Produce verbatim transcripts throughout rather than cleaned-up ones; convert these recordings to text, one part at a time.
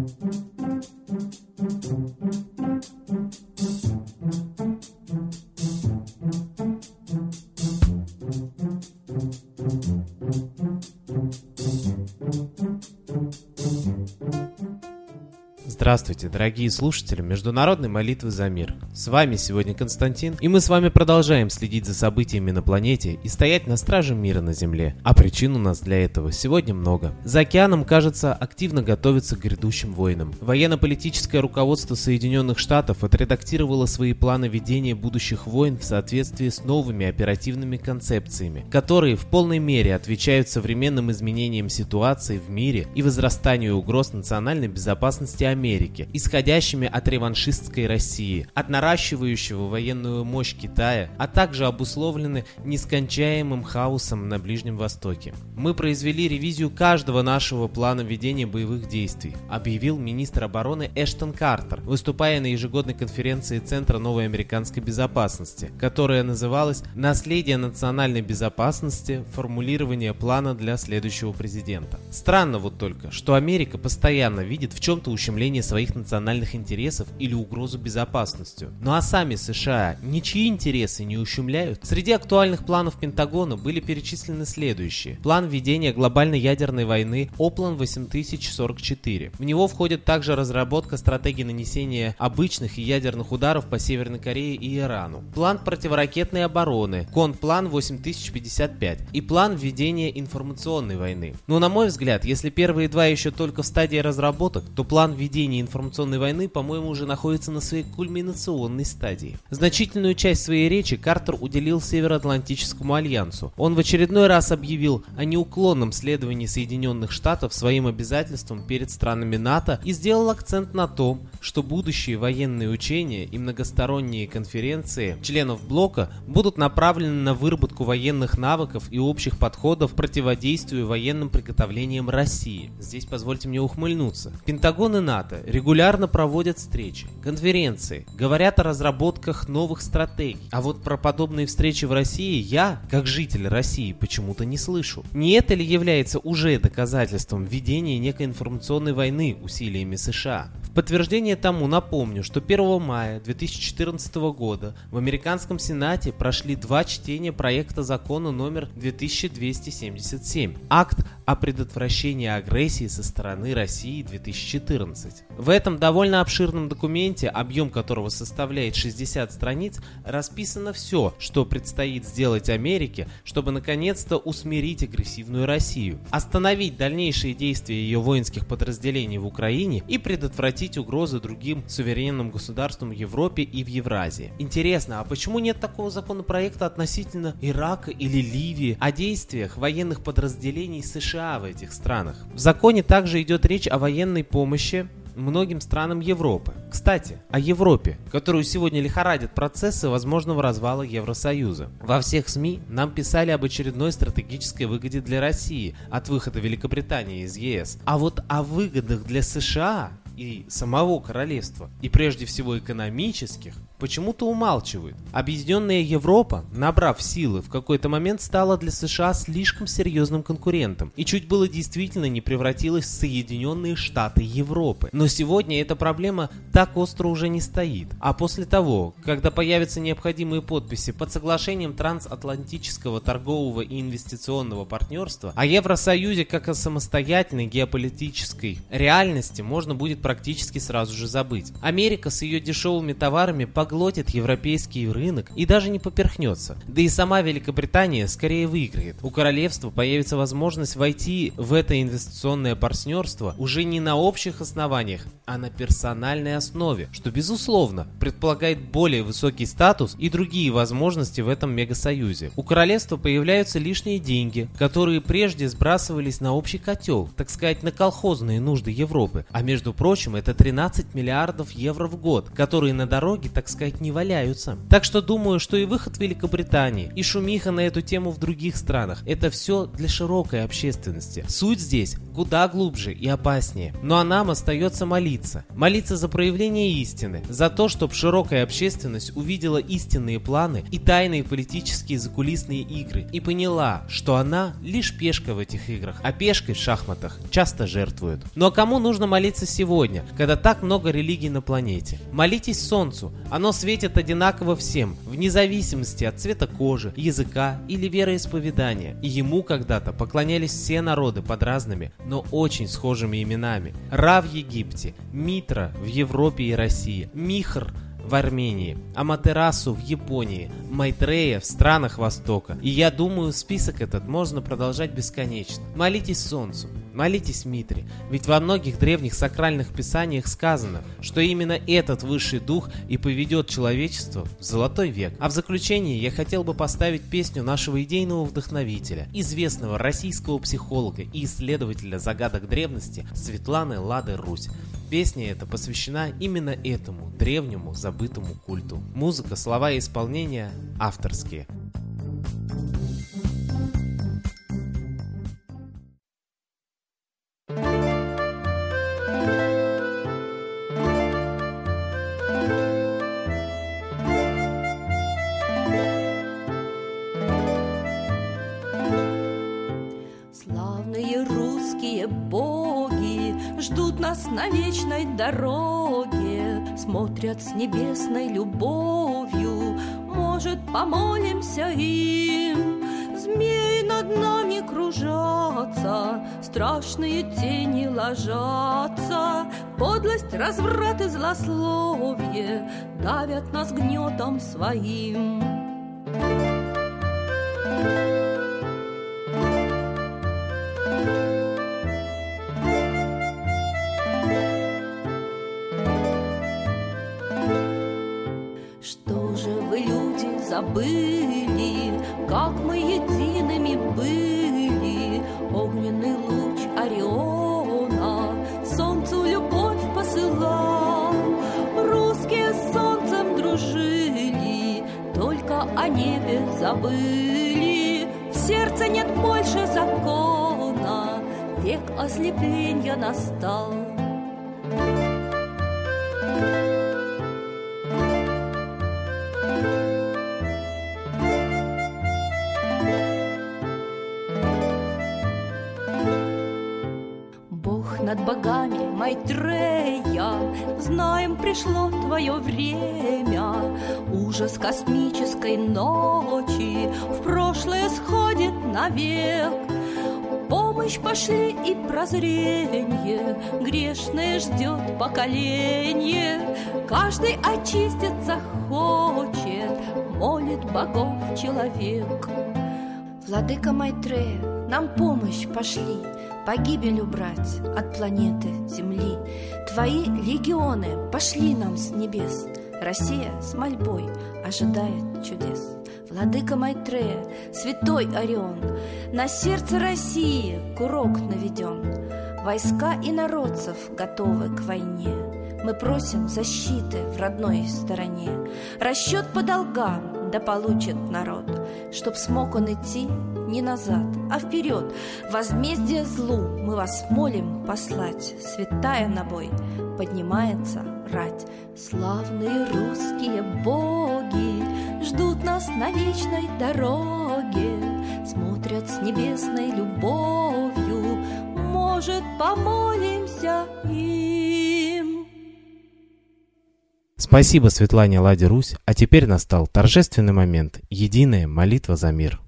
Здравствуйте, дорогие слушатели Международной молитвы за мир. С вами сегодня Константин, и мы с вами продолжаем следить за событиями на планете и стоять на страже мира на Земле. А причин у нас для этого сегодня много. За океаном, кажется, активно готовится к грядущим войнам. Военно-политическое руководство Соединенных Штатов отредактировало свои планы ведения будущих войн в соответствии с новыми оперативными концепциями, которые в полной мере отвечают современным изменениям ситуации в мире и возрастанию угроз национальной безопасности Америки, исходящими от реваншистской России, от наращивающего военную мощь Китая, а также обусловлены нескончаемым хаосом на Ближнем Востоке. Мы произвели ревизию каждого нашего плана ведения боевых действий, объявил министр обороны Эштон Картер, выступая на ежегодной конференции Центра новой американской безопасности, которая называлась «Наследие национальной безопасности. Формулирование плана для следующего президента». Странно вот только, что Америка постоянно видит в чем-то ущемление своих национальных интересов или угрозу безопасности. Ну а сами США ничьи интересы не ущемляют? Среди актуальных планов Пентагона были перечислены следующие. План ведения глобальной ядерной войны Оплан восемь тысяч сорок четыре. В него входит также разработка стратегии нанесения обычных и ядерных ударов по Северной Корее и Ирану. План противоракетной обороны Конплан восемь тысяч пятьдесят пять и план ведения информационной войны. Но на мой взгляд, если первые два еще только в стадии разработок, то план ведения информационной войны, по-моему, уже находится на своей кульминационной стадии. Значительную часть своей речи Картер уделил Североатлантическому альянсу. Он в очередной раз объявил о неуклонном следовании Соединенных Штатов своим обязательствам перед странами НАТО и сделал акцент на том, что будущие военные учения и многосторонние конференции членов блока будут направлены на выработку военных навыков и общих подходов к противодействию военным приготовлениям России. Здесь позвольте мне ухмыльнуться. Пентагон и НАТО регулярно проводят встречи, конференции, говорят о разработках новых стратегий. А вот про подобные встречи в России я, как житель России, почему-то не слышу. Не это ли является уже доказательством ведения некой информационной войны усилиями США? В подтверждение тому напомню, что первого мая две тысячи четырнадцатого года в американском Сенате прошли два чтения проекта закона номер две тысячи двести семьдесят семь, акт о предотвращении агрессии со стороны России две тысячи четырнадцать. В этом довольно обширном документе, объем которого составляет шестьдесят страниц, расписано все, что предстоит сделать Америке, чтобы наконец-то усмирить агрессивную Россию, остановить дальнейшие действия ее воинских подразделений в Украине и предотвратить угрозы другим суверенным государствам в Европе и в Евразии. Интересно, а почему нет такого законопроекта относительно Ирака или Ливии, о действиях военных подразделений США в этих странах? В законе также идет речь о военной помощи многим странам Европы. Кстати, о Европе, которую сегодня лихорадят процессы возможного развала Евросоюза. Во всех СМИ нам писали об очередной стратегической выгоде для России от выхода Великобритании из ЕС. А вот о выгодах для США и самого королевства, и прежде всего экономических, почему-то умалчивают. Объединенная Европа, набрав силы, в какой-то момент стала для США слишком серьезным конкурентом и чуть было действительно не превратилась в Соединенные Штаты Европы. Но сегодня эта проблема так остро уже не стоит. А после того, когда появятся необходимые подписи под соглашением трансатлантического торгового и инвестиционного партнерства, о Евросоюзе как о самостоятельной геополитической реальности можно будет практически сразу же забыть. Америка с ее дешевыми товарами поглотит европейский рынок и даже не поперхнется. Да и сама Великобритания скорее выиграет. У королевства появится возможность войти в это инвестиционное партнерство уже не на общих основаниях, а на персональной основе, что безусловно предполагает более высокий статус и другие возможности в этом мегасоюзе. У королевства появляются лишние деньги, которые прежде сбрасывались на общий котел, так сказать, на колхозные нужды Европы. А между прочим, это тринадцать миллиардов евро в год, которые на дороге, так сказать, сказать, не валяются. Так что думаю, что и выход Великобритании, и шумиха на эту тему в других странах – это все для широкой общественности. Суть здесь куда глубже и опаснее. Ну а нам остается молиться. Молиться за проявление истины, за то, чтобы широкая общественность увидела истинные планы и тайные политические закулисные игры и поняла, что она лишь пешка в этих играх, а пешкой в шахматах часто жертвуют. Ну а кому нужно молиться сегодня, когда так много религий на планете? Молитесь Солнцу, оно светит одинаково всем, вне зависимости от цвета кожи, языка или вероисповедания. И ему когда-то поклонялись все народы под разными, но очень схожими именами. Ра в Египте, Митра в Европе и России, Михр в Армении, Аматерасу в Японии, Майтрея в странах Востока. И я думаю, список этот можно продолжать бесконечно. Молитесь Солнцу, молитесь Митре, ведь во многих древних сакральных писаниях сказано, что именно этот высший дух и поведет человечество в золотой век. А в заключение я хотел бы поставить песню нашего идейного вдохновителя, известного российского психолога и исследователя загадок древности Светланы Лады Русь. Песня эта посвящена именно этому древнему забытому культу. Музыка, слова и исполнение авторские. Славные русские боги ждут нас на вечной дороге, смотрят с небесной любовью, может, помолимся им. Змеи над нами кружатся, страшные тени ложатся, подлость, разврат и злословие давят нас гнетом своим. Что же вы, люди, забыли, как мы едиными были? Огненный луч Ориона солнцу любовь посылал. Русские с солнцем дружили, только о небе забыли. В сердце нет больше закона, век ослепления настал. Над богами Майтрея, знаем, пришло твое время. Ужас космической ночи в прошлое сходит навек. Помощь пошли и прозрение, грешное ждет поколение. Каждый очиститься хочет, молит богов человек. Владыка Майтрея, нам помощь пошли, погибель убрать от планеты Земли. Твои легионы пошли нам с небес, Россия с мольбой ожидает чудес. Владыка Майтрея, святой Орион, на сердце России курок наведен. Войска инородцев готовы к войне. Мы просим защиты в родной стороне. Расчет по долгам да получит народ, чтоб смог он идти не назад, а вперед. Возмездие злу мы вас молим послать. Святая на бой поднимается рать. Славные русские боги ждут нас на вечной дороге, смотрят с небесной любовью, может, помолимся им. Спасибо Светлане Ладе Русь, а теперь настал торжественный момент – единая молитва за мир.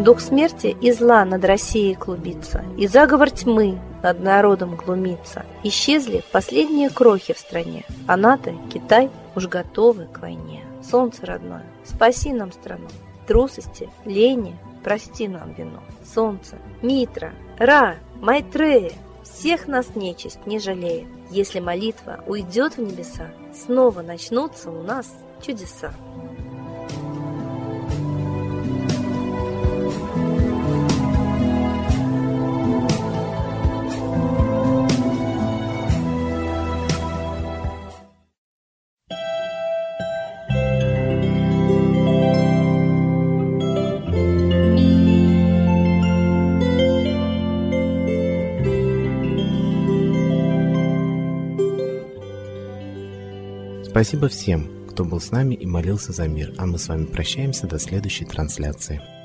Дух смерти и зла над Россией клубится, и заговор тьмы над народом глумится. Исчезли последние крохи в стране, а НАТО, Китай уж готовы к войне. Солнце родное, спаси нам страну, трусости, лени, прости нам вину. Солнце, Митра, Ра, Майтрея, всех нас нечисть не жалеет. Если молитва уйдет в небеса, снова начнутся у нас чудеса. Спасибо всем, кто был с нами и молился за мир, а мы с вами прощаемся до следующей трансляции.